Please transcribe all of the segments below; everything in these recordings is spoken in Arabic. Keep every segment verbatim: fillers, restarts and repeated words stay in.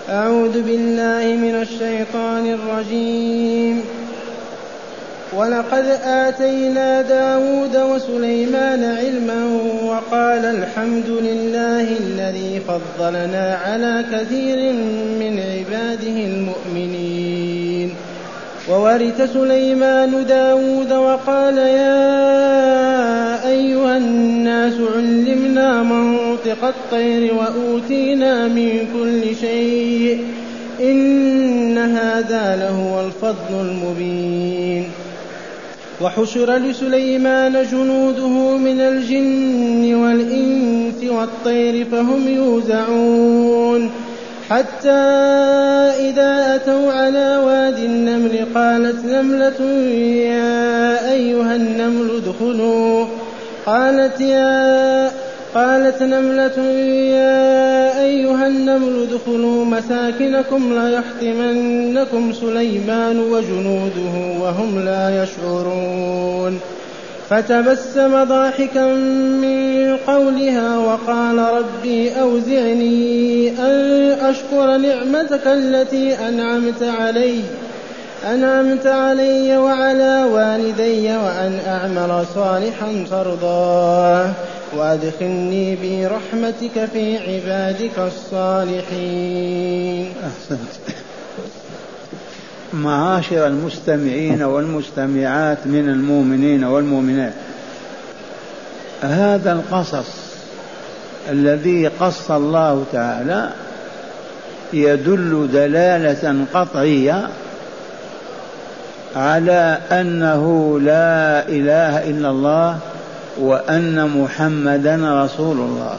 أعوذ بالله من الشيطان الرجيم. ولقد آتينا داود وسليمان علما وقال الحمد لله الذي فضلنا على كثير من عباده المؤمنين. وورث سليمان داود وقال يا أيها الناس علمنا منطق الطير وأوتينا من كل شيء إن هذا لهو الفضل المبين. وحشر لسليمان جنوده من الجن والإنس والطير فهم يوزعون حتى إذا أتوا على واد النمل قالت نملة يا أيها النمل ادخلوا قالت يا قالت نملة يا أيها النمل ادخلوا مساكنكم لا يحطمنكم سليمان وجنوده وهم لا يشعرون. فتبسم ضاحكا من قولها وقال ربي أوزعني أن أشكر نعمتك التي أنعمت علي أنعمت علي وعلى والدي وأن أعمل صالحا ترضاه وأدخلني برحمتك في عبادك الصالحين. أحسنت. معاشر المستمعين والمستمعات من المؤمنين والمؤمنات، هذا القصص الذي قص الله تعالى يدل دلالة قطعية على أنه لا إله إلا الله وأن محمدا رسول الله،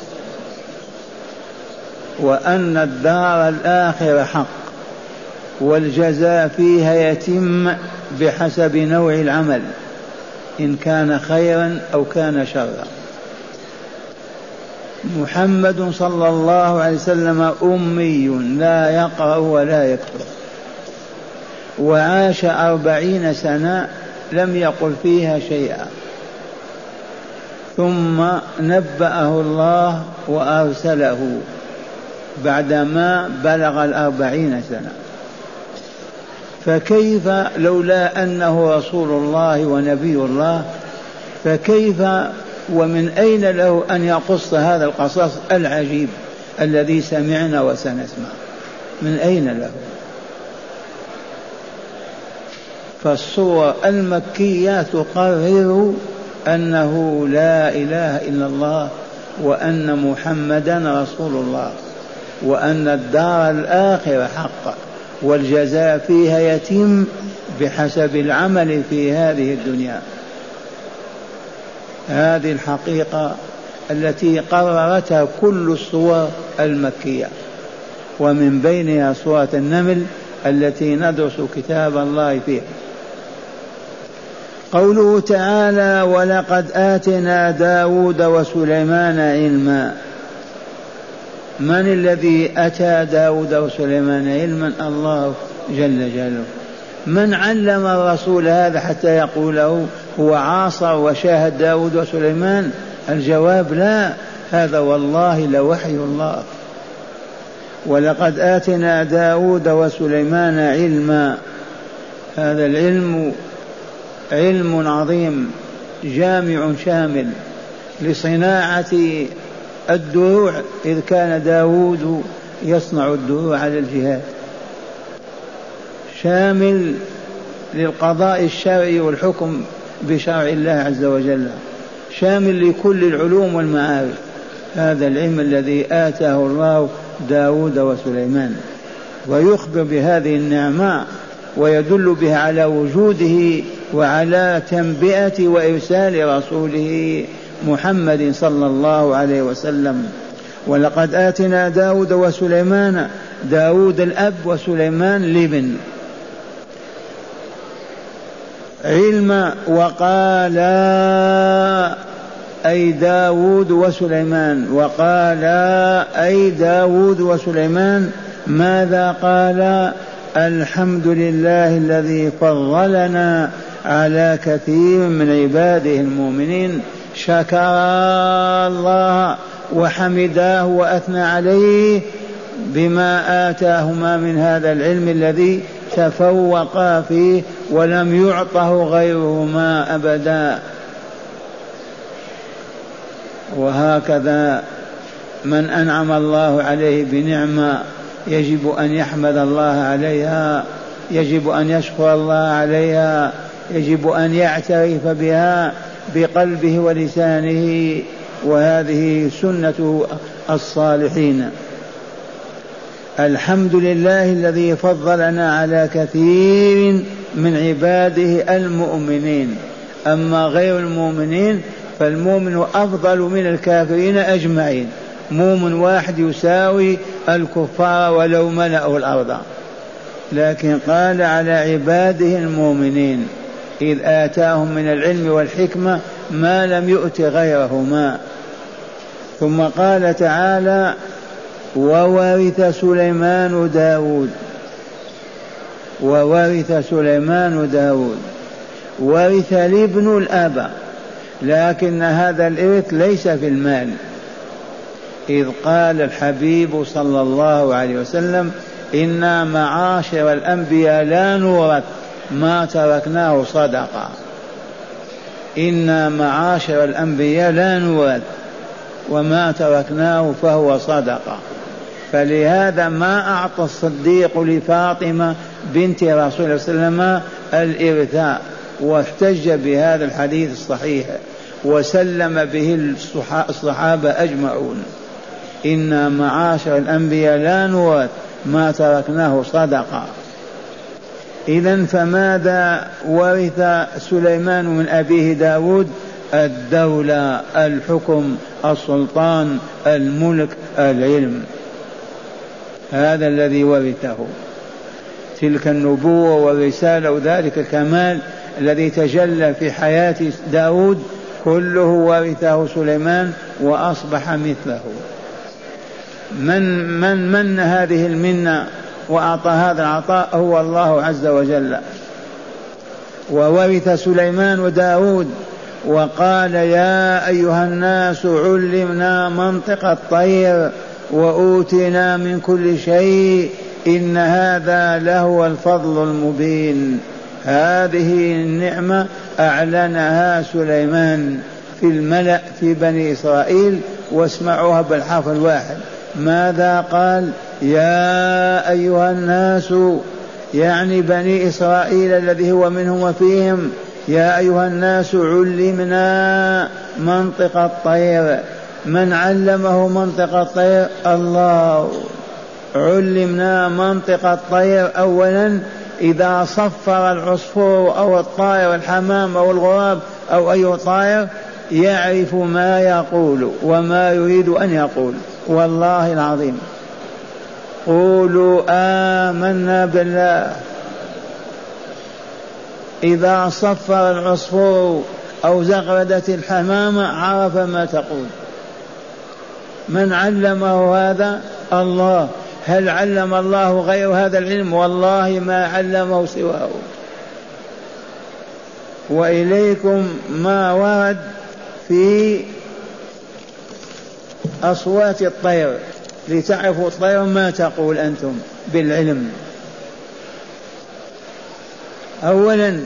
وأن الدار الآخرة حق والجزاء فيها يتم بحسب نوع العمل إن كان خيرا أو كان شرا. محمد صلى الله عليه وسلم أمي لا يقرأ ولا يكتب، وعاش أربعين سنة لم يقل فيها شيئا، ثم نبأه الله وأرسله بعدما بلغ الأربعين سنة. فكيف لولا أنه رسول الله ونبي الله، فكيف ومن أين له أن يقص هذا القصص العجيب الذي سمعنا وسنسمع؟ من أين له؟ فالصور المكية تقرر أنه لا إله إلا الله وأن محمدا رسول الله وأن الدار الآخرة حق والجزاء فيها يتم بحسب العمل في هذه الدنيا. هذه الحقيقة التي قررتها كل الصور المكية، ومن بينها سورة النمل التي ندرس كتاب الله فيها. قوله تعالى ولقد آتنا داود وسليمان علما. من الذي أتى داود وسليمان علما؟ الله جل جلاله. من علم الرسول هذا حتى يقوله هو عاصر وشاهد داود وسليمان؟ الجواب لا، هذا والله لوحي الله. ولقد آتنا داود وسليمان علما، هذا العلم علم عظيم جامع شامل لصناعة الدروع، إذ كان داود يصنع الدروع على الجهاد، شامل للقضاء الشرعي والحكم بشرع الله عز وجل، شامل لكل العلوم والمعارف. هذا العلم الذي آتاه الله داود وسليمان، ويخبر بهذه النعمة ويدل بها على وجوده وعلى تنبئة وإرسال رسوله محمد صلى الله عليه وسلم. ولقد آتنا داود وسليمان، داود الأب وسليمان الابن، علما. وقالا أي داود وسليمان، وقالا أي داود وسليمان ماذا قال؟ الحمد لله الذي فضلنا على كثير من عباده المؤمنين. شكر الله وحمداه وأثنى عليه بما آتاهما من هذا العلم الذي تفوقا فيه ولم يعطه غيرهما أبدا. وهكذا من أنعم الله عليه بنعمة يجب أن يحمد الله عليها، يجب أن يشكر الله عليها، يجب أن يعترف بها بقلبه ولسانه، وهذه سنة الصالحين. الحمد لله الذي فضلنا على كثير من عباده المؤمنين، أما غير المؤمنين فالمؤمن أفضل من الكافرين أجمعين، مؤمن واحد يساوي الكفار ولو ملأوا الأرض، لكن قال على عباده المؤمنين إذ آتاهم من العلم والحكمة ما لم يؤت غيرهما. ثم قال تعالى وورث سليمان داود، وورث سليمان داود، ورث الابن الأب، لكن هذا الإرث ليس في المال، إذ قال الحبيب صلى الله عليه وسلم إنا معاشر الأنبياء لا نورث ما تركناه صدقة، إنا معاشر الأنبياء لا نورث وما تركناه فهو صدقة. فلهذا ما أعطى الصديق لفاطمة بنت رسول الله صلى الله عليه وسلم الإرثاء، واحتج بهذا الحديث الصحيح وسلم به الصحابة أجمعون، إنا معاشر الأنبياء لا نورث ما تركناه صدقة. إذن فماذا ورث سليمان من أبيه داود؟ الدولة، الحكم، السلطان، الملك، العلم، هذا الذي ورثه، تلك النبوة والرسالة وذلك الكمال الذي تجلى في حياة داود كله ورثه سليمان وأصبح مثله. من من من هذه المنة وأعطى هذا العطاء هو الله عز وجل. وورث سليمان وداود وقال يا أيها الناس علمنا منطق الطير وأوتنا من كل شيء إن هذا لهو الفضل المبين. هذه النعمة أعلنها سليمان في الملأ في بني إسرائيل، واسمعوها بالحرف الواحد. ماذا قال؟ يا أيها الناس، يعني بني إسرائيل الذي هو منهم وفيهم، يا أيها الناس علمنا منطق الطير. من علمه منطق الطير؟ الله. علمنا منطق الطير أولا إذا صفر العصفور أو الطائر الحمام أو الغراب أو أي طائر يعرف ما يقول وما يريد أن يقول. والله العظيم قولوا آمنا بالله، إذا صفر العصفور أو زغردت الحمامة عرف ما تقول. من علمه هذا؟ الله. هل علم الله غير هذا العلم؟ والله ما علمه سواه. وإليكم ما ورد في أصوات الطير لتعرفوا الطير ما تقول أنتم بالعلم. أولا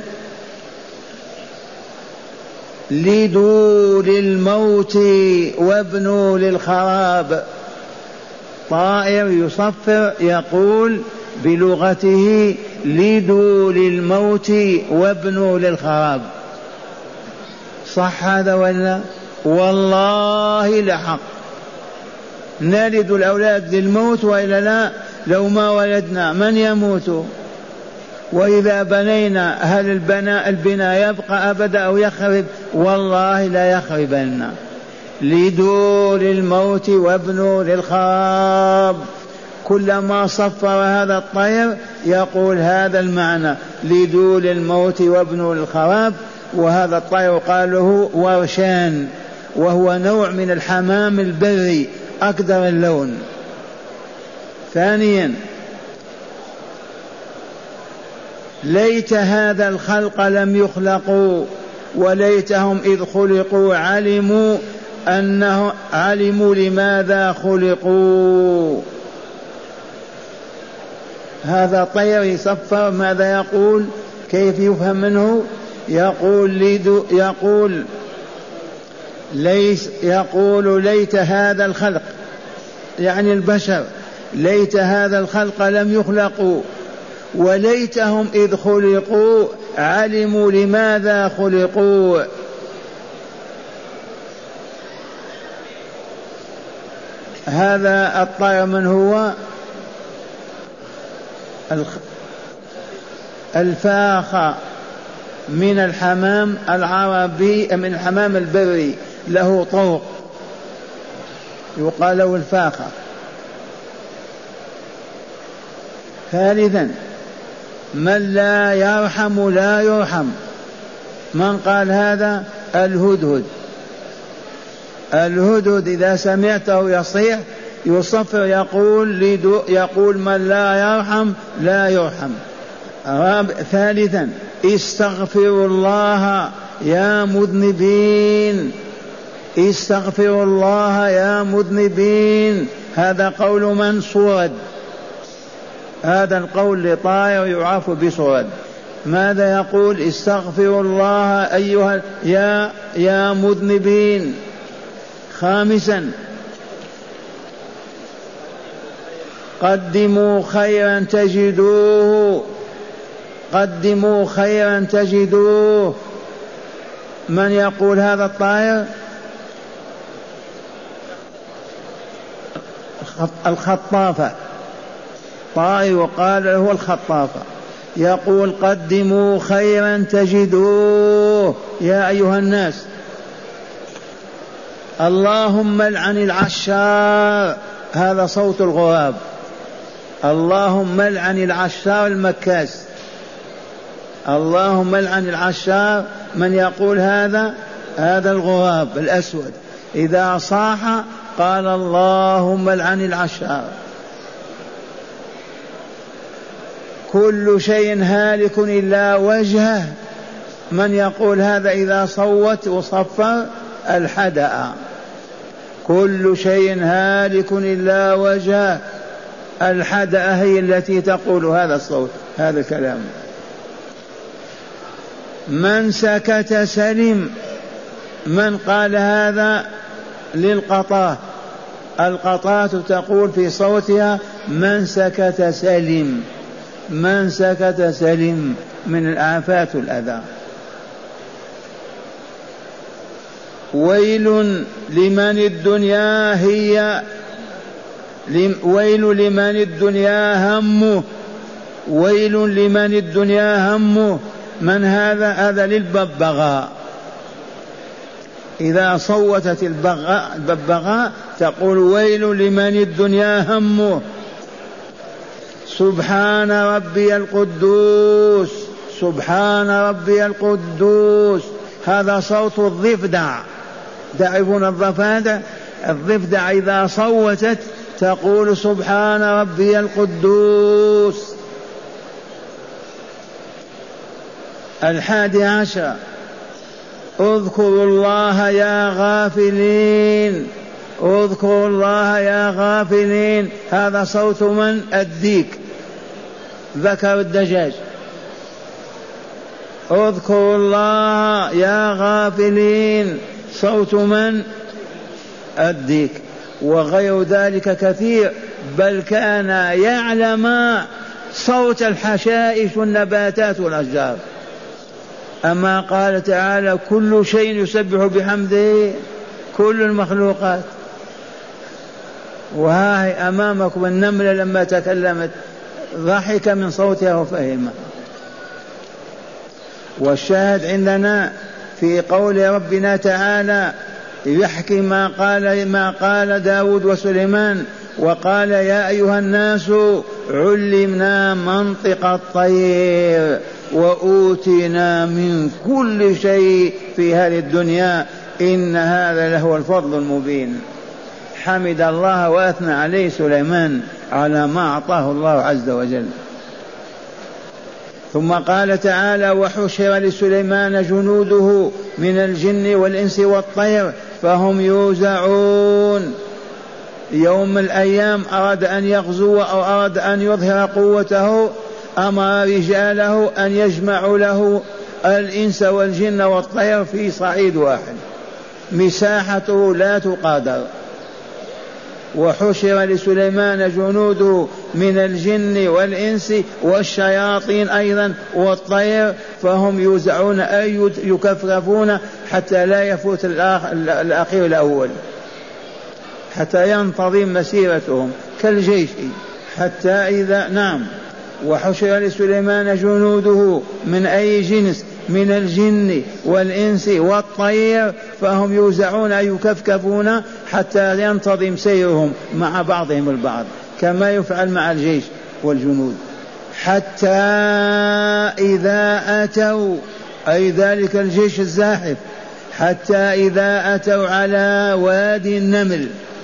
لدوا للموت وابنوا للخراب. طائر يصفر يقول بلغته لدوا للموت وابنوا للخراب. صح هذا ولا؟ والله لحق. نلد الأولاد للموت وإلا لا؟ لو ما ولدنا من يموت؟ وإذا بنينا هل البناء البناء يبقى أبدا أو يخرب؟ والله لا يخربن. لدوا للموت وابنوا للخراب. كلما صفر هذا الطير يقول هذا المعنى، لدوا للموت وابنوا للخراب. وهذا الطير قال له ورشان، وهو نوع من الحمام البري أكثر اللون. ثانيا ليت هذا الخلق لم يخلقوا، وليتهم إذ خلقوا علموا أنه علموا لماذا خلقوا. هذا طير يصفر، ماذا يقول؟ كيف يفهم منه؟ يقول ليدو يقول ليس يقول ليت هذا الخلق، يعني البشر، ليت هذا الخلق لم يخلقوا، وليتهم إذ خلقوا علموا لماذا خلقوا. هذا الطير من هو؟ الفاخة من الحمام العربي، من الحمام البري، له طوق يقال له الفاخة. ثالثا من لا يرحم لا يرحم. من قال هذا؟ الهدهد. الهدهد إذا سمعته يصيح يصفر يقول يقول من لا يرحم لا يرحم. ثالثا استغفروا الله يا مذنبين، استغفروا الله يا مذنبين. هذا قول من؟ صورد. هذا القول لطائر يعرف بصورد. ماذا يقول؟ استغفروا الله أيها يا يا مذنبين. خامسا قدموا خيرا تجدوه، قدموا خيرا تجدوه. من يقول هذا الطائر؟ الخطافة. طائر وقال له الخطافة، يقول قدموا خيرا تجدوه. يا أيها الناس اللهم لعن العشار، هذا صوت الغراب. اللهم لعن العشار المكاس، اللهم لعن العشار. من يقول هذا؟ هذا الغراب الأسود، إذا صاح قال اللهم لعن العشار. كل شيء هالك إلا وجهه. من يقول هذا إذا صوت وصفر؟ الحدأ. كل شيء هالك إلا وجهه. الحدأ هي التي تقول هذا الصوت، هذا الكلام. من سكت سلم. من قال هذا؟ للقطاة. القطاة تقول في صوتها من سكت سلم، من سكت سلم من الآفات والأذى. ويل لمن الدنيا هي ويل لمن الدنيا همه، ويل لمن الدنيا همه. من هذا؟ هذا للببغاء. إذا صوتت الببغاء تقول ويل لمن الدنيا همه. سبحان ربي القدوس، سبحان ربي القدوس. هذا صوت الضفدع. تعرفون الضفادع؟ الضفدع إذا صوتت تقول سبحان ربي القدوس. الحادي عشر اذكروا الله يا غافلين، اذكروا الله يا غافلين. هذا صوت من؟ الديك، ذكر الدجاج. اذكروا الله يا غافلين، صوت من؟ الديك. وغير ذلك كثير، بل كان يعلم صوت الحشائش والنباتات والأشجار. أما قال تعالى كل شيء يسبح بحمده، كل المخلوقات. وهاي أمامكم النملة لما تكلمت ضحك من صوتها وفهمها. والشاهد عندنا في قول ربنا تعالى يحكي ما قال ما قال داود وسليمان، وقال يا أيها الناس علمنا منطق الطير وأوتينا من كل شيء في هذه الدنيا إن هذا لهو الفضل المبين. حمد الله وأثنى عليه سليمان على ما أعطاه الله عز وجل. ثم قال تعالى وحشر لسليمان جنوده من الجن والإنس والطير فهم يوزعون. يوم من الأيام أراد أن يغزو أو أراد أن يظهر قوته أمر رجاله أن يجمعوا له الإنس والجن والطير في صعيد واحد مساحته لا تقادر. وحشر لسليمان جنوده من الجن والإنس والشياطين أيضا والطير فهم يوزعون أي يكفرفون حتى لا يفوت الأخير الأول حتى ينتظم مسيرتهم كالجيش. حتى إذا نعم وحشر لسليمان جنوده من أي جنس من الجن والإنس والطير فهم يوزعون يكفكفون حتى ينتظم سيرهم مع بعضهم البعض كما يفعل مع الجيش والجنود. حتى إذا أتوا أي ذلك الجيش الزاحف حتى إذا أتوا على وادي النمل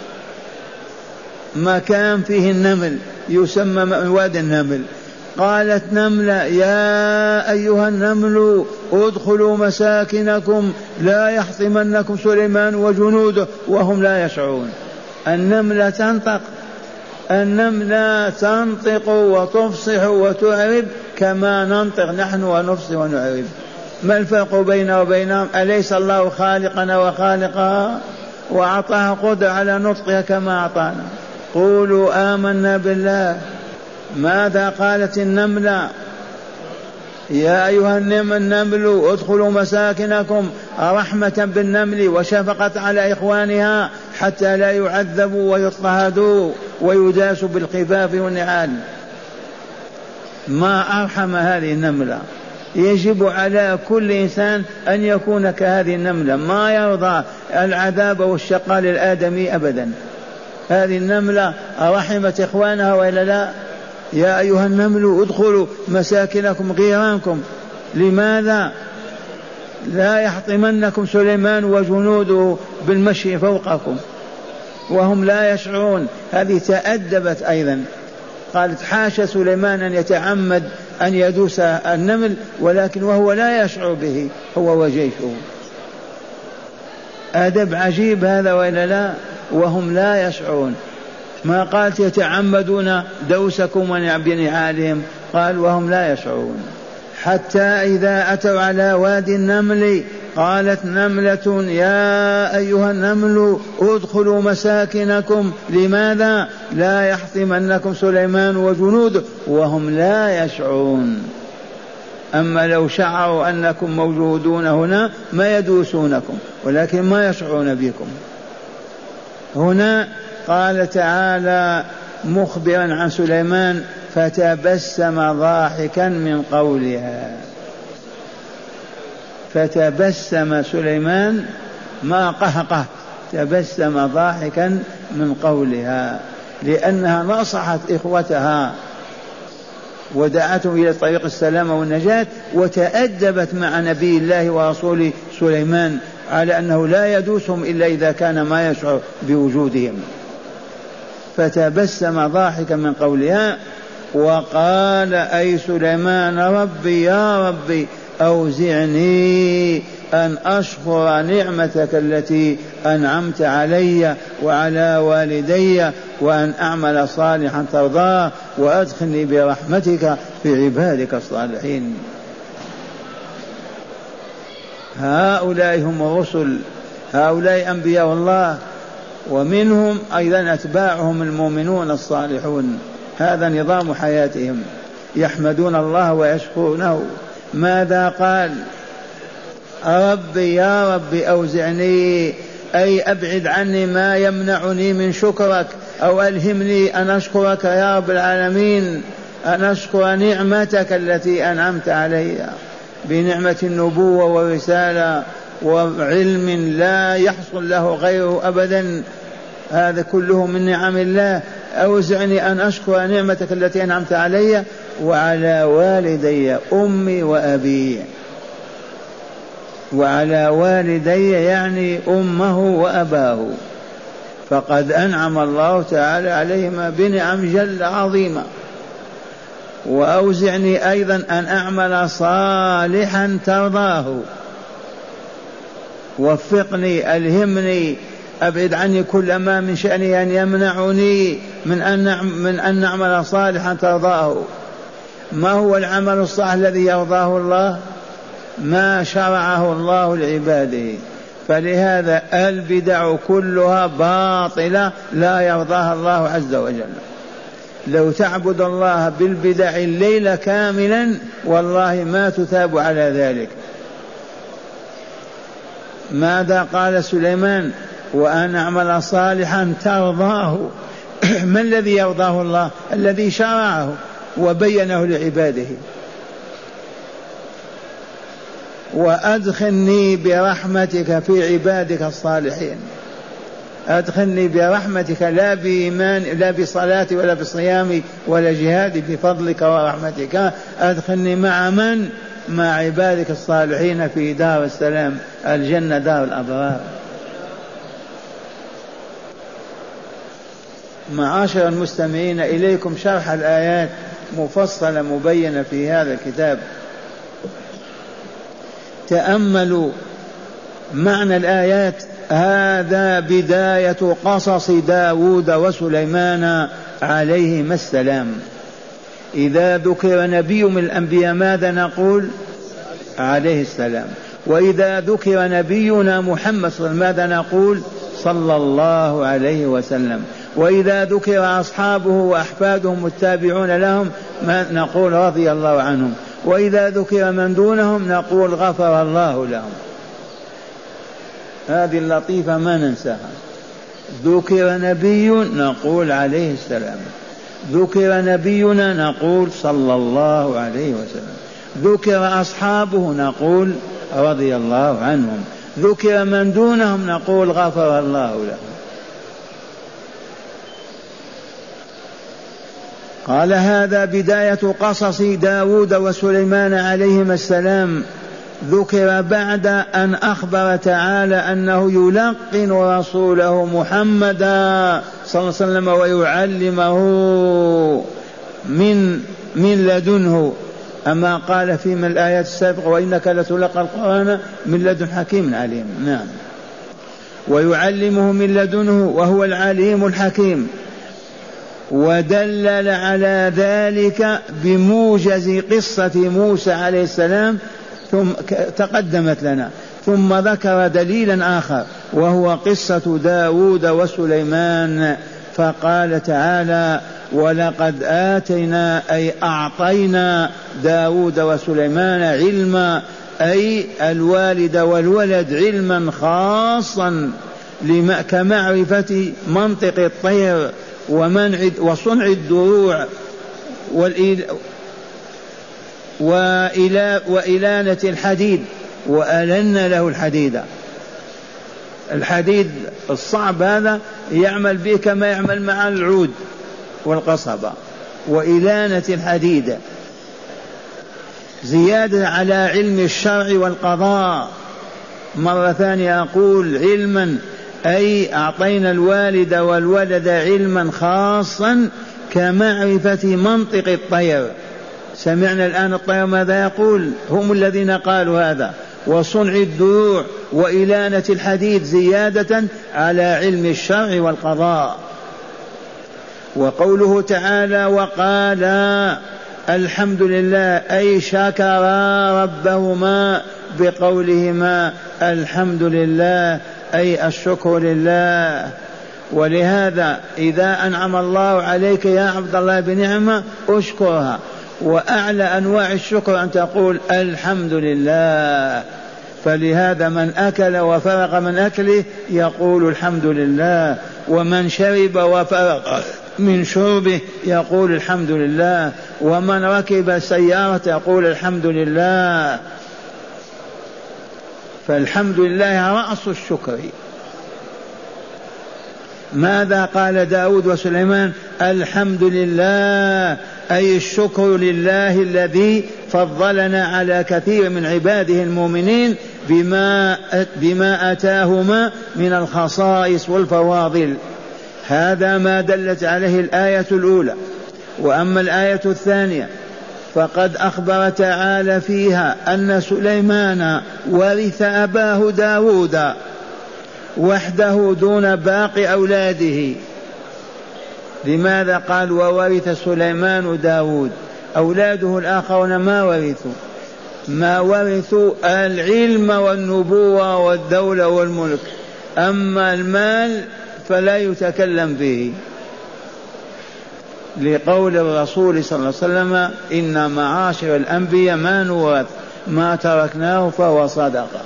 مكان فيه النمل يسمى وادي النمل. قالت نملة يا أيها النمل ادخلوا مساكنكم لا يحطمنكم سليمان وجنوده وهم لا يشعرون. النملة تنطق النملة تنطق وتفصح وتعرب كما ننطق نحن ونفصح ونعرب. ما الفرق بيننا وبينهم؟ أليس الله خالقنا وخالقها وأعطاها قدرة على نطقها كما أعطانا؟ قولوا آمنا بالله. ماذا قالت النملة؟ يا أيها النمل ادخلوا مساكنكم رحمة بالنمل وشفقة على إخوانها حتى لا يعذبوا ويضطهدوا ويداسوا بالخفاف والنعال. ما أرحم هذه النملة. يجب على كل إنسان أن يكون كهذه النملة ما يرضى العذاب والشقاء للآدمي أبدا. هذه النملة رحمت إخوانها وإلا لا؟ يا أيها النمل ادخلوا مساكنكم غيرانكم. لماذا؟ لا يحطمنكم سليمان وجنوده بالمشي فوقكم وهم لا يشعرون. هذه تأدبت أيضا. قالت حاشا سليمان أن يتعمد أن يدوس النمل ولكن وهو لا يشعر به هو وجيشه. أدب عجيب هذا وإلا لا؟ وهم لا يشعرون. ما قالت يتعمدون دوسكم بنعالهم قال وهم لا يشعرون. حتى إذا أتوا على وادي النمل قالت نملة يا أيها النمل ادخلوا مساكنكم. لماذا؟ لا يحطمنكم سليمان وجنوده وهم لا يشعرون. أما لو شعروا أنكم موجودون هنا ما يدوسونكم ولكن ما يشعرون بكم. هنا قال تعالى مخبرا عن سليمان فتبسم ضاحكا من قولها. فتبسم سليمان ما قهقه تبسم ضاحكا من قولها لأنها نصحت إخوتها ودعتهم إلى طريق السلامة والنجاة وتأدبت مع نبي الله ورسوله سليمان على أنه لا يدوسهم إلا إذا كان ما يشعر بوجودهم. فتبسم ضاحكا من قولها وقال أي سليمان ربي يا ربي أوزعني أن أشكر نعمتك التي أنعمت علي وعلى والدي وأن أعمل صالحا ترضاه وأدخلني برحمتك في عبادك الصالحين. هؤلاء هم الرسل هؤلاء أنبياء الله ومنهم أيضا أتباعهم المؤمنون الصالحون. هذا نظام حياتهم يحمدون الله ويشكرونه. ماذا قال؟ ربي يا ربي أوزعني أي أبعد عني ما يمنعني من شكرك أو ألهمني أن أشكرك يا رب العالمين أن أشكر نعمتك التي أنعمت علي بنعمة النبوة والرسالة وعلم لا يحصل له غيره أبدا. هذا كله من نعم الله. أوزعني أن أشكر نعمتك التي أنعمت علي وعلى والدي أمي وأبي. وعلى والدي يعني أمه وأباه فقد أنعم الله تعالى عليهما بنعم جل عظيمة. وأوزعني أيضا أن أعمل صالحا ترضاه. وفقني ألهمني أبعد عني كل ما من شأني أن يمنعني من أن من أن نعمل صالحا ترضاه. ما هو العمل الصالح الذي يرضاه الله؟ ما شرعه الله لعباده. فلهذا البدع كلها باطلة لا يرضاها الله عز وجل. لو تعبد الله بالبدع الليل كاملا والله ما تثاب على ذلك. ماذا قال سليمان؟ وأن أعمل صالحا ترضاه. ما الذي يرضاه الله؟ الذي شرعه وبينه لعباده. وأدخلني برحمتك في عبادك الصالحين. أدخلني برحمتك لا بإيمان لا بصلاتي ولا بصيامي ولا جهادي، بفضلك ورحمتك. أدخلني مع من؟ مع عبادك الصالحين في دار السلام، الجنة دار الأبرار. معاشر المستمعين، إليكم شرح الآيات مفصلة مبينة في هذا الكتاب. تأملوا معنى الآيات. هذا بداية قصص داود وسليمان عليهما السلام. إذا ذكر نبي من الأنبياء ماذا نقول؟ عليه السلام. وإذا ذكر نبينا محمد ماذا نقول؟ صلى الله عليه وسلم. وإذا ذكر أصحابه وأحفادهم التابعون لهم ما نقول؟ رضي الله عنهم. وإذا ذكر من دونهم نقول غفر الله لهم. هذه اللطيفة ما ننساها. ذكر نبي نقول عليه السلام، ذكر نبينا نقول صلى الله عليه وسلم، ذكر أصحابه نقول رضي الله عنهم، ذكر من دونهم نقول غفر الله لهم. قال هذا بداية قصص داود وسليمان عليهما السلام. ذكر بعد أن أخبر تعالى أنه يلقن رسوله محمدا صلى الله عليه وسلم ويعلمه من من لدنه، أما قال في من الآيات السابقة وإنك لتلقى القرآن من لدن حكيم عليم. نعم، ويعلمه من لدنه وهو العليم الحكيم. ودلل على ذلك بموجز قصة موسى عليه السلام ثم تقدمت لنا، ثم ذكر دليلا آخر وهو قصة داود وسليمان. فقال تعالى ولقد آتينا أي أعطينا داود وسليمان علما، أي الوالد والولد علما خاصا كمعرفة منطق الطير ومنع وصنع الدروع وإلانة الحديد، وألنا له الحديد. الحديد الصعب هذا يعمل به كما يعمل مع العود والقصبة. وإلانة الحديد زيادة على علم الشرع والقضاء. مرة ثانية أقول علما أي أعطينا الوالد والولد علما خاصا كمعرفة منطق الطير. سمعنا الآن الطير ماذا يقول؟ هم الذين قالوا هذا. وصنع الدروع وإلانة الحديد زيادة على علم الشرع والقضاء. وقوله تعالى وقال الحمد لله أي شكرا ربهما بقولهما الحمد لله أي الشكر لله. ولهذا إذا أنعم الله عليك يا عبد الله بنعمة أشكرها، وأعلى أنواع الشكر أن تقول الحمد لله. فلهذا من أكل وفرغ من أكله يقول الحمد لله، ومن شرب وفرغ من شربه يقول الحمد لله، ومن ركب سيارة يقول الحمد لله. فالحمد لله رأس الشكر. ماذا قال داود وسليمان؟ الحمد لله أي الشكر لله الذي فضلنا على كثير من عباده المؤمنين بما, بما أتاهما من الخصائص والفواضل. هذا ما دلت عليه الآية الأولى. وأما الآية الثانية فقد أخبر تعالى فيها أن سليمان ورث أباه داود، وحده دون باقي أولاده. لماذا قال وورث سليمان داود؟ أولاده الآخرون ما ورثوا، ما ورثوا العلم والنبوة والدولة والملك، أما المال فلا يتكلم به، لقول الرسول صلى الله عليه وسلم إن معاشر الأنبياء ما نورث ما تركناه فهو صدقة.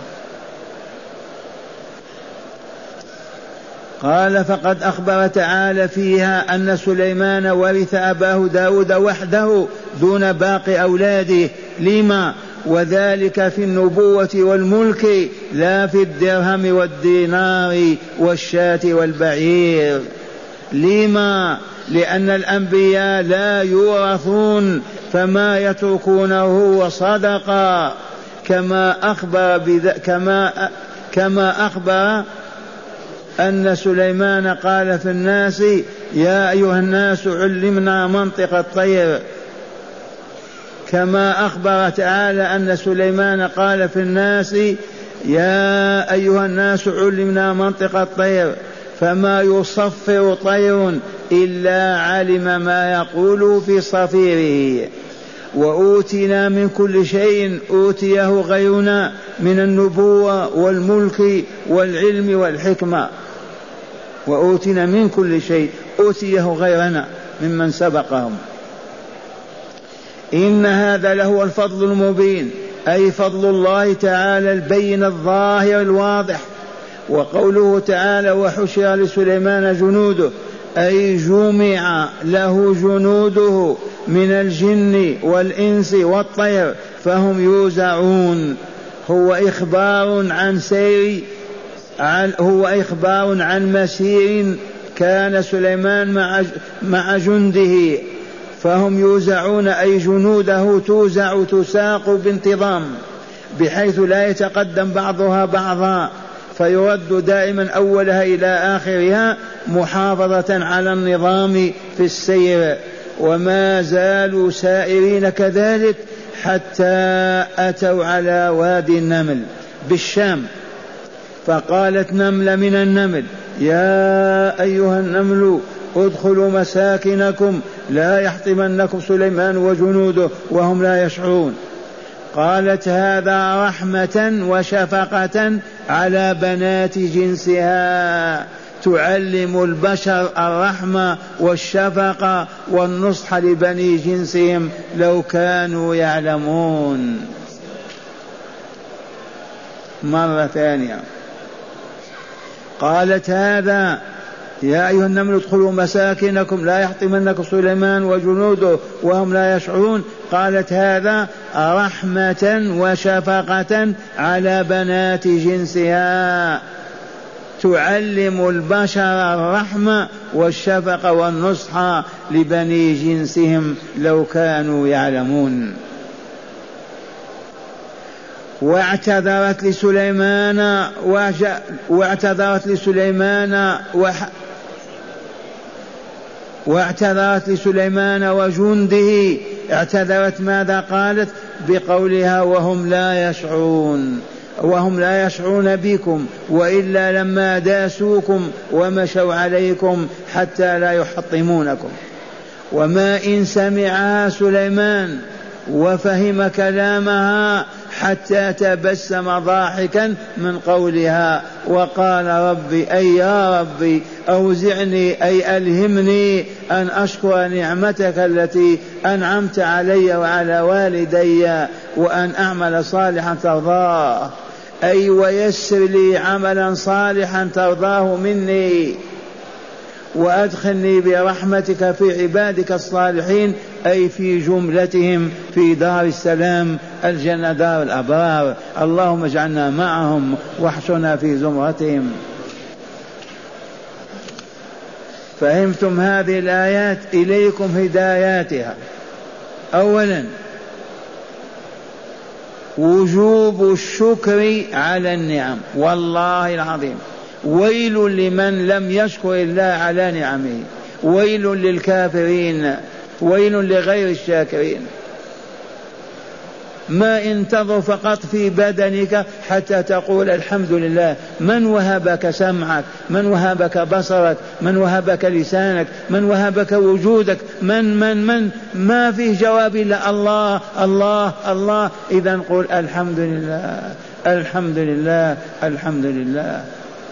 قال فقد أخبر تعالى فيها أن سليمان ورث أباه داود وحده دون باقي أولاده. لما؟ وذلك في النبوة والملك لا في الدرهم والدينار والشاة والبعير. لما؟ لأن الأنبياء لا يورثون، فما يتركونه هو صدقة، كما أخبر بذ... كما كما أخبر أن سليمان قال في الناس يا أيها الناس علمنا منطق الطير، كما أخبر تعالى أن سليمان قال في الناس يا أيها الناس علمنا منطق الطير فما يصفر طير إلا علم ما يقول في صفيره. وأوتينا من كل شيء أوتيه غيرنا من النبوة والملك والعلم والحكمة، وأوتينا من كل شيء أوتيه غيرنا ممن سبقهم. إن هذا لهو الفضل المبين، أي فضل الله تعالى البين الظاهر الواضح. وقوله تعالى وحشر لسليمان جنوده، أي جمع له جنوده من الجن والإنس والطير فهم يوزعون. هو إخبار عن سير عن هو إخبار عن مسير كان سليمان مع مع جنده فهم يوزعون، أي جنوده توزع تساق بانتظام بحيث لا يتقدم بعضها بعضا، فيرد دائما أولها إلى آخرها محافظة على النظام في السير. وما زالوا سائرين كذلك حتى أتوا على وادي النمل بالشام، فقالت نملة من النمل يا أيها النمل ادخلوا مساكنكم لا يحطمنكم سليمان وجنوده وهم لا يشعرون. قالت هذا رحمة وشفقة على بنات جنسها، تعلم البشر الرحمة والشفقة والنصح لبني جنسهم لو كانوا يعلمون. مرة ثانية قالت هذا يا أيها النمل ادخلوا مساكنكم لا يحطمنكم سليمان وجنوده وهم لا يشعرون. قالت هذا رحمة وشفقة على بنات جنسها، تعلم البشر الرحمة والشفقة والنصح لبني جنسهم لو كانوا يعلمون. واعتذرت لسليمان واعتذرت لسليمان وح واعتذرت لسليمان وجنده. اعتذرت ماذا؟ قالت بقولها وهم لا يشعرون، وهم لا يشعرون بكم، وإلا لما داسوكم ومشوا عليكم حتى لا يحطمونكم. وما إن سمعها سليمان وفهم كلامها حتى تبسم ضاحكا من قولها وقال ربي أي يا ربي أوزعني أي ألهمني أن أشكر نعمتك التي أنعمت علي وعلى والدي وأن أعمل صالحا ترضاه، أي ويسر لي عملا صالحا ترضاه مني وأدخلني برحمتك في عبادك الصالحين، أي في جملتهم في دار السلام الجنة دار الأبرار. اللهم اجعلنا معهم واحشرنا في زمرتهم. فهمتم هذه الآيات؟ إليكم هداياتها. أولا وجوب الشكر على النعم، والله العظيم ويل لمن لم يشكر الله على نعمه، ويل للكافرين، ويل لغير الشاكرين. ما انتظر فقط في بدنك حتى تقول الحمد لله. من وهبك سمعك؟ من وهبك بصرك؟ من وهبك لسانك؟ من وهبك وجودك؟ من من من ما فيه جواب إلا الله الله الله. إذا قل الحمد لله الحمد لله الحمد لله.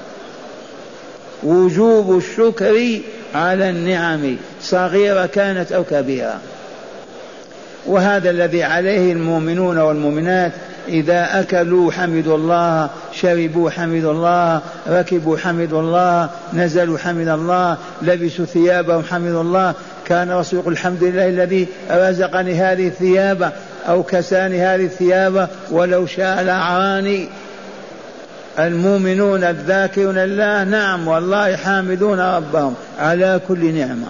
وجوب الشكر على النعم صغيرة كانت أو كبيرة، وهذا الذي عليه المؤمنون والمؤمنات. إذا أكلوا حمدوا الله، شربوا حمدوا الله، ركبوا حمدوا الله، نزلوا حمد الله، لبسوا ثيابهم حمدوا الله. كان رسول يقول الحمد لله الذي رزقني هذه الثياب أو كساني هذه الثياب ولو شاء لأعراني. المؤمنون الذاكرون الله نعم والله حامدون ربهم على كل نعمة.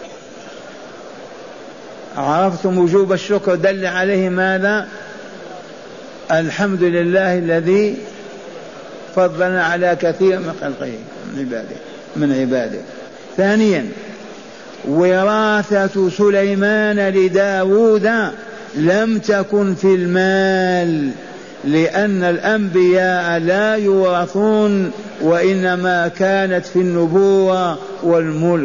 عرفتم وجوب الشكر دل عليه ماذا؟ الحمد لله الذي فضلنا على كثير من خلقه من عباده من عباده. ثانيا وراثة سليمان لداود لم تكن في المال، لأن الأنبياء لا يورثون وإنما كانت في النبوة والملك.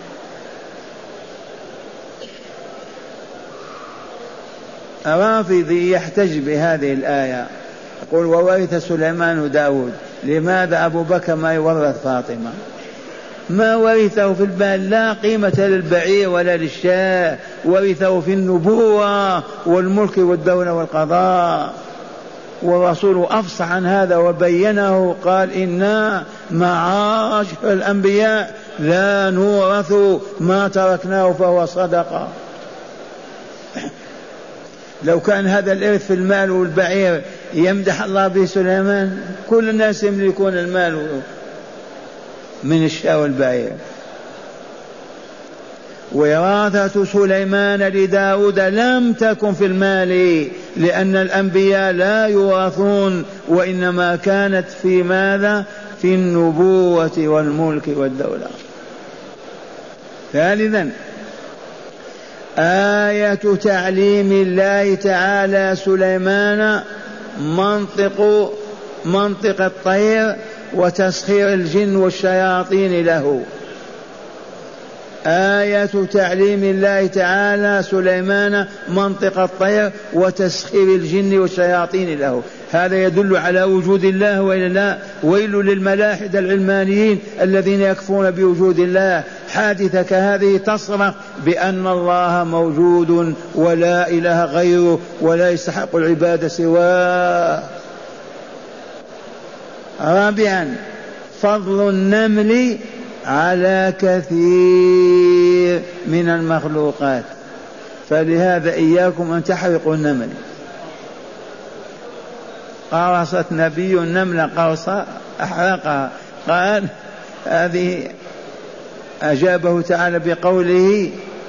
الرافضي يحتج بهذه الآية يقول وورث سليمان داود. لماذا أبو بكر ما يورث فاطمة؟ ما ورثه في المال، لا قيمة للبعير ولا للشاة، ورثه في النبوة والملك والدولة والقضاء. والرسول أفصح عن هذا وبينه، قال إنا معاشر الأنبياء لا نورث ما تركناه فهو صدقة. لو كان هذا الإرث في المال والبعير يمدح الله به سليمان، كل الناس يملكون المال من الشاة والبعير. وراثة سليمان لداود لم تكن في المال، لأن الأنبياء لا يورثون وإنما كانت في ماذا؟ في النبوة والملك والدولة. ثالثا آية تعليم الله تعالى سليمان منطق منطق الطير وتسخير الجن والشياطين له. آية تعليم الله تعالى سليمان منطق الطير وتسخير الجن والشياطين له. هذا يدل على وجود الله وإلا لا؟ ويل للملاحدة العلمانيين الذين يكفرون بوجود الله. حادثة كهذه تصرخ بأن الله موجود ولا إله غيره ولا يستحق العبادة سواه. رابعا فضل النمل على كثير من المخلوقات، فلهذا إياكم أن تحرقوا النمل. قرصت نبي النمل قرصة أحرقها، قال هذه أجابه تعالى بقوله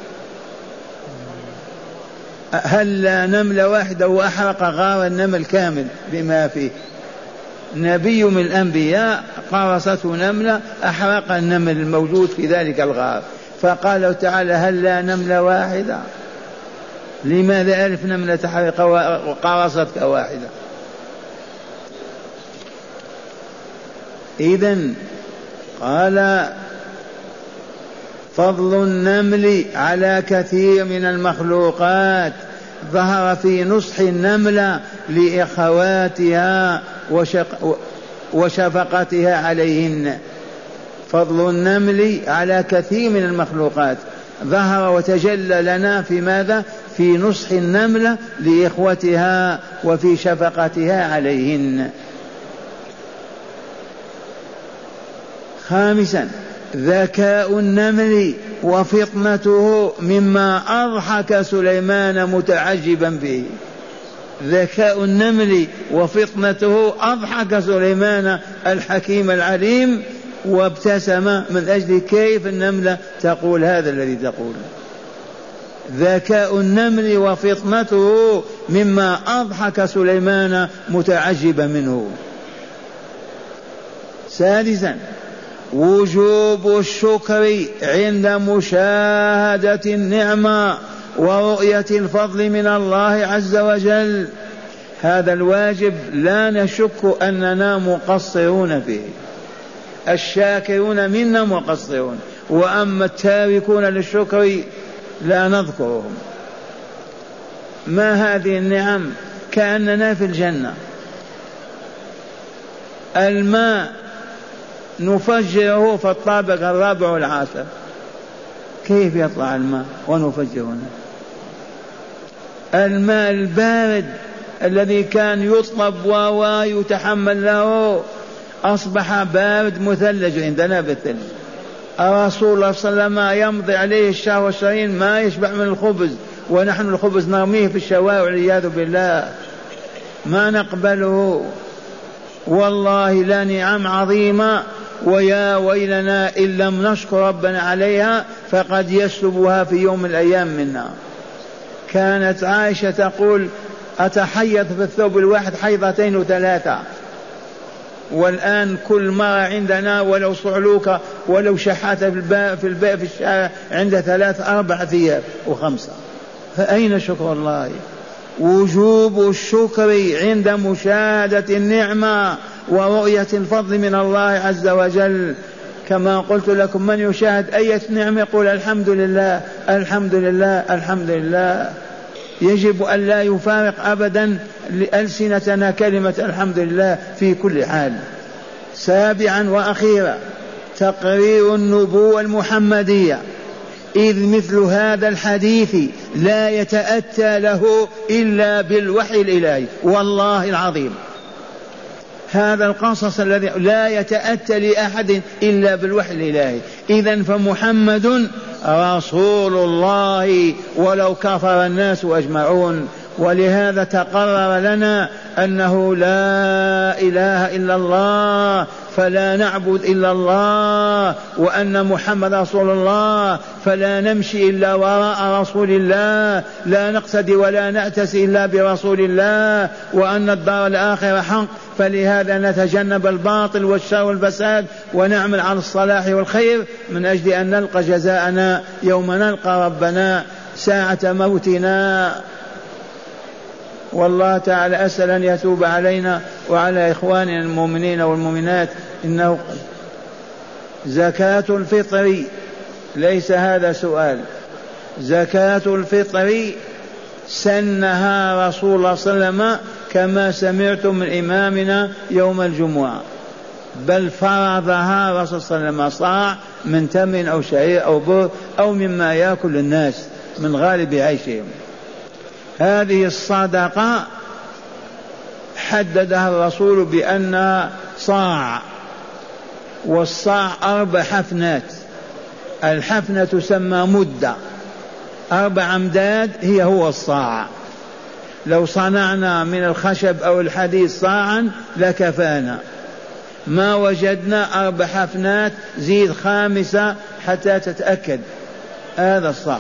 هل لا نملة واحدة وأحرق غار النمل كامل بما فيه. نبي من الأنبياء قرصته نملة أحرق النمل الموجود في ذلك الغار، فقال له تعالى هل لا نملة واحدة؟ لماذا ألف نملة تحرق وقرصتك واحدة؟ إذن قال فضل النمل على كثير من المخلوقات ظهر في نصح النملة لإخواتها وشفقتها عليهن. فضل النمل على كثير من المخلوقات ظهر وتجلى لنا في ماذا؟ في نصح النملة لإخوتها وفي شفقتها عليهن. خامسا ذكاء النمل وفطنته مما أضحك سليمان متعجبا به. ذكاء النمل وفطنته أضحك سليمان الحكيم العليم وابتسم من أجل كيف النملة تقول هذا الذي تقول. ذكاء النمل وفطنته مما أضحك سليمان متعجبا منه. سادسا وجوب الشكر عند مشاهدة النعمة ورؤية الفضل من الله عز وجل. هذا الواجب لا نشك أننا مقصرون فيه، الشاكرون منا مقصرون، وأما التاركون للشكر لا نذكرهم. ما هذه النعم؟ كأننا في الجنة. الماء نفجره في الطابق الرابع والعاشر، كيف يطلع الماء ونفجره؟ الماء البارد الذي كان يطلب ويتحمل له أصبح بارد مثلج عندنا بالثلج. الرسول الله صلى الله عليه وسلم يمضي عليه الشهر والشهرين ما يشبع من الخبز، ونحن الخبز نرميه في الشوارع والعياذ بالله ما نقبله. والله لا نعم عظيمة، ويا ويلنا إن لم نشكر ربنا عليها فقد يسلبها في يوم من الأيام منا. كانت عائشة تقول أتحيض في الثوب الواحد حيضتين وثلاثة، والآن كل مرة عندنا ولو صعلوك ولو شحات في الباء في الباء في الشارع عند ثلاث أربع ثياب وخمسة. فأين شكر الله؟ وجوب الشكر عند مشاهدة النعمة ورؤية الفضل من الله عز وجل. كما قلت لكم من يشاهد أي نعمة يقول الحمد لله الحمد لله الحمد لله. يجب أن لا يفارق أبدا لألسنتنا كلمة الحمد لله في كل حال. سابعا وأخيرا تقرير النبوة المحمدية، إذ مثل هذا الحديث لا يتأتى له إلا بالوحي الإلهي. والله العظيم هذا القصص الذي لا يتأتى لأحد إلا بالوحي الإلهي. إذن فمحمد رسول الله ولو كفر الناس أجمعون. ولهذا تقرر لنا أنه لا إله إلا الله فلا نعبد إلا الله، وأن محمد رسول الله فلا نمشي إلا وراء رسول الله، لا نقتدي ولا نأتسي إلا برسول الله، وأن الدار الآخرة حق. فلهذا نتجنب الباطل والشر والفساد ونعمل على الصلاح والخير من أجل أن نلقى جزاءنا يوم نلقى ربنا ساعة موتنا. والله تعالى أسأل أن يتوب علينا وعلى إخواننا المؤمنين والمؤمنات. إنه زكاة الفطر ليس هذا سؤال، زكاة الفطر سنها رسول الله صلى الله عليه وسلم كما سمعتم من إمامنا يوم الجمعة، بل فرضها رسول صلى الله عليه وسلم صاع من تمر أو شعير أو بر أو مما يأكل الناس من غالب عيشهم. هذه الصدقة حددها الرسول بأنها صاع، والصاع أربع حفنات. الحفنة تسمى مدة، أربع أمداد هي هو الصاع. لو صنعنا من الخشب أو الحديد صاعا لكفانا، ما وجدنا أربع حفنات زيد خامسة حتى تتأكد. هذا الصاع.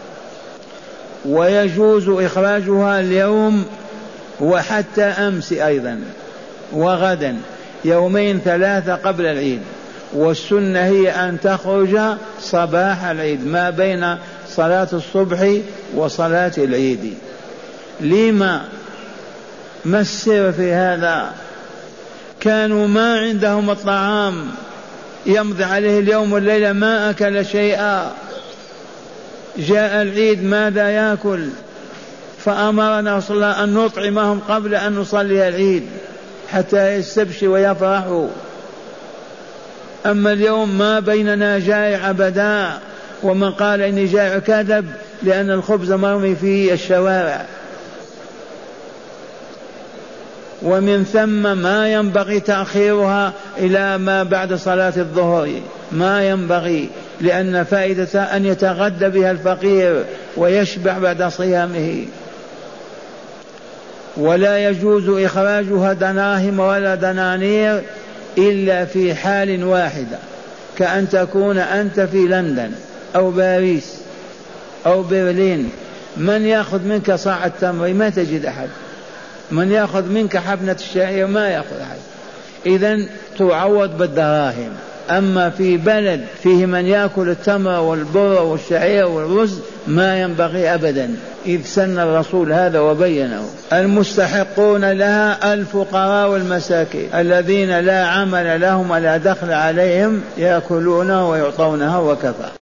ويجوز إخراجها اليوم وحتى أمس أيضا وغدا، يومين ثلاثة قبل العيد. والسنة هي أن تخرج صباح العيد ما بين صلاة الصبح وصلاة العيد. لما؟ ما السر في هذا؟ كانوا ما عندهم الطعام، يمضي عليه اليوم والليلة ما أكل شيئا، جاء العيد ماذا يأكل؟ فأمرنا صلى الله عليه وسلم أن نطعمهم قبل أن نصلي العيد حتى يستبشروا ويفرحوا. أما اليوم ما بيننا جائع أبدا، ومن قال إني جائع كذب، لأن الخبز مرمي في الشوارع. ومن ثم ما ينبغي تأخيرها إلى ما بعد صلاة الظهر، ما ينبغي، لأن فائدة أن يتغدى بها الفقير ويشبع بعد صيامه. ولا يجوز إخراجها دناهم ولا دنانير إلا في حال واحدة، كأن تكون أنت في لندن أو باريس أو برلين، من يأخذ منك صاع التمر؟ ما تجد أحد. من يأخذ منك حبنة الشعير؟ ما يأخذ أحد. إذن تعوض بالدراهم. أما في بلد فيه من يأكل التمر والبر والشعير والرز ما ينبغي أبدا، إذ سن الرسول هذا وبينه. المستحقون لها الفقراء والمساكين الذين لا عمل لهم ولا دخل عليهم، يأكلونه ويعطونها وكفى.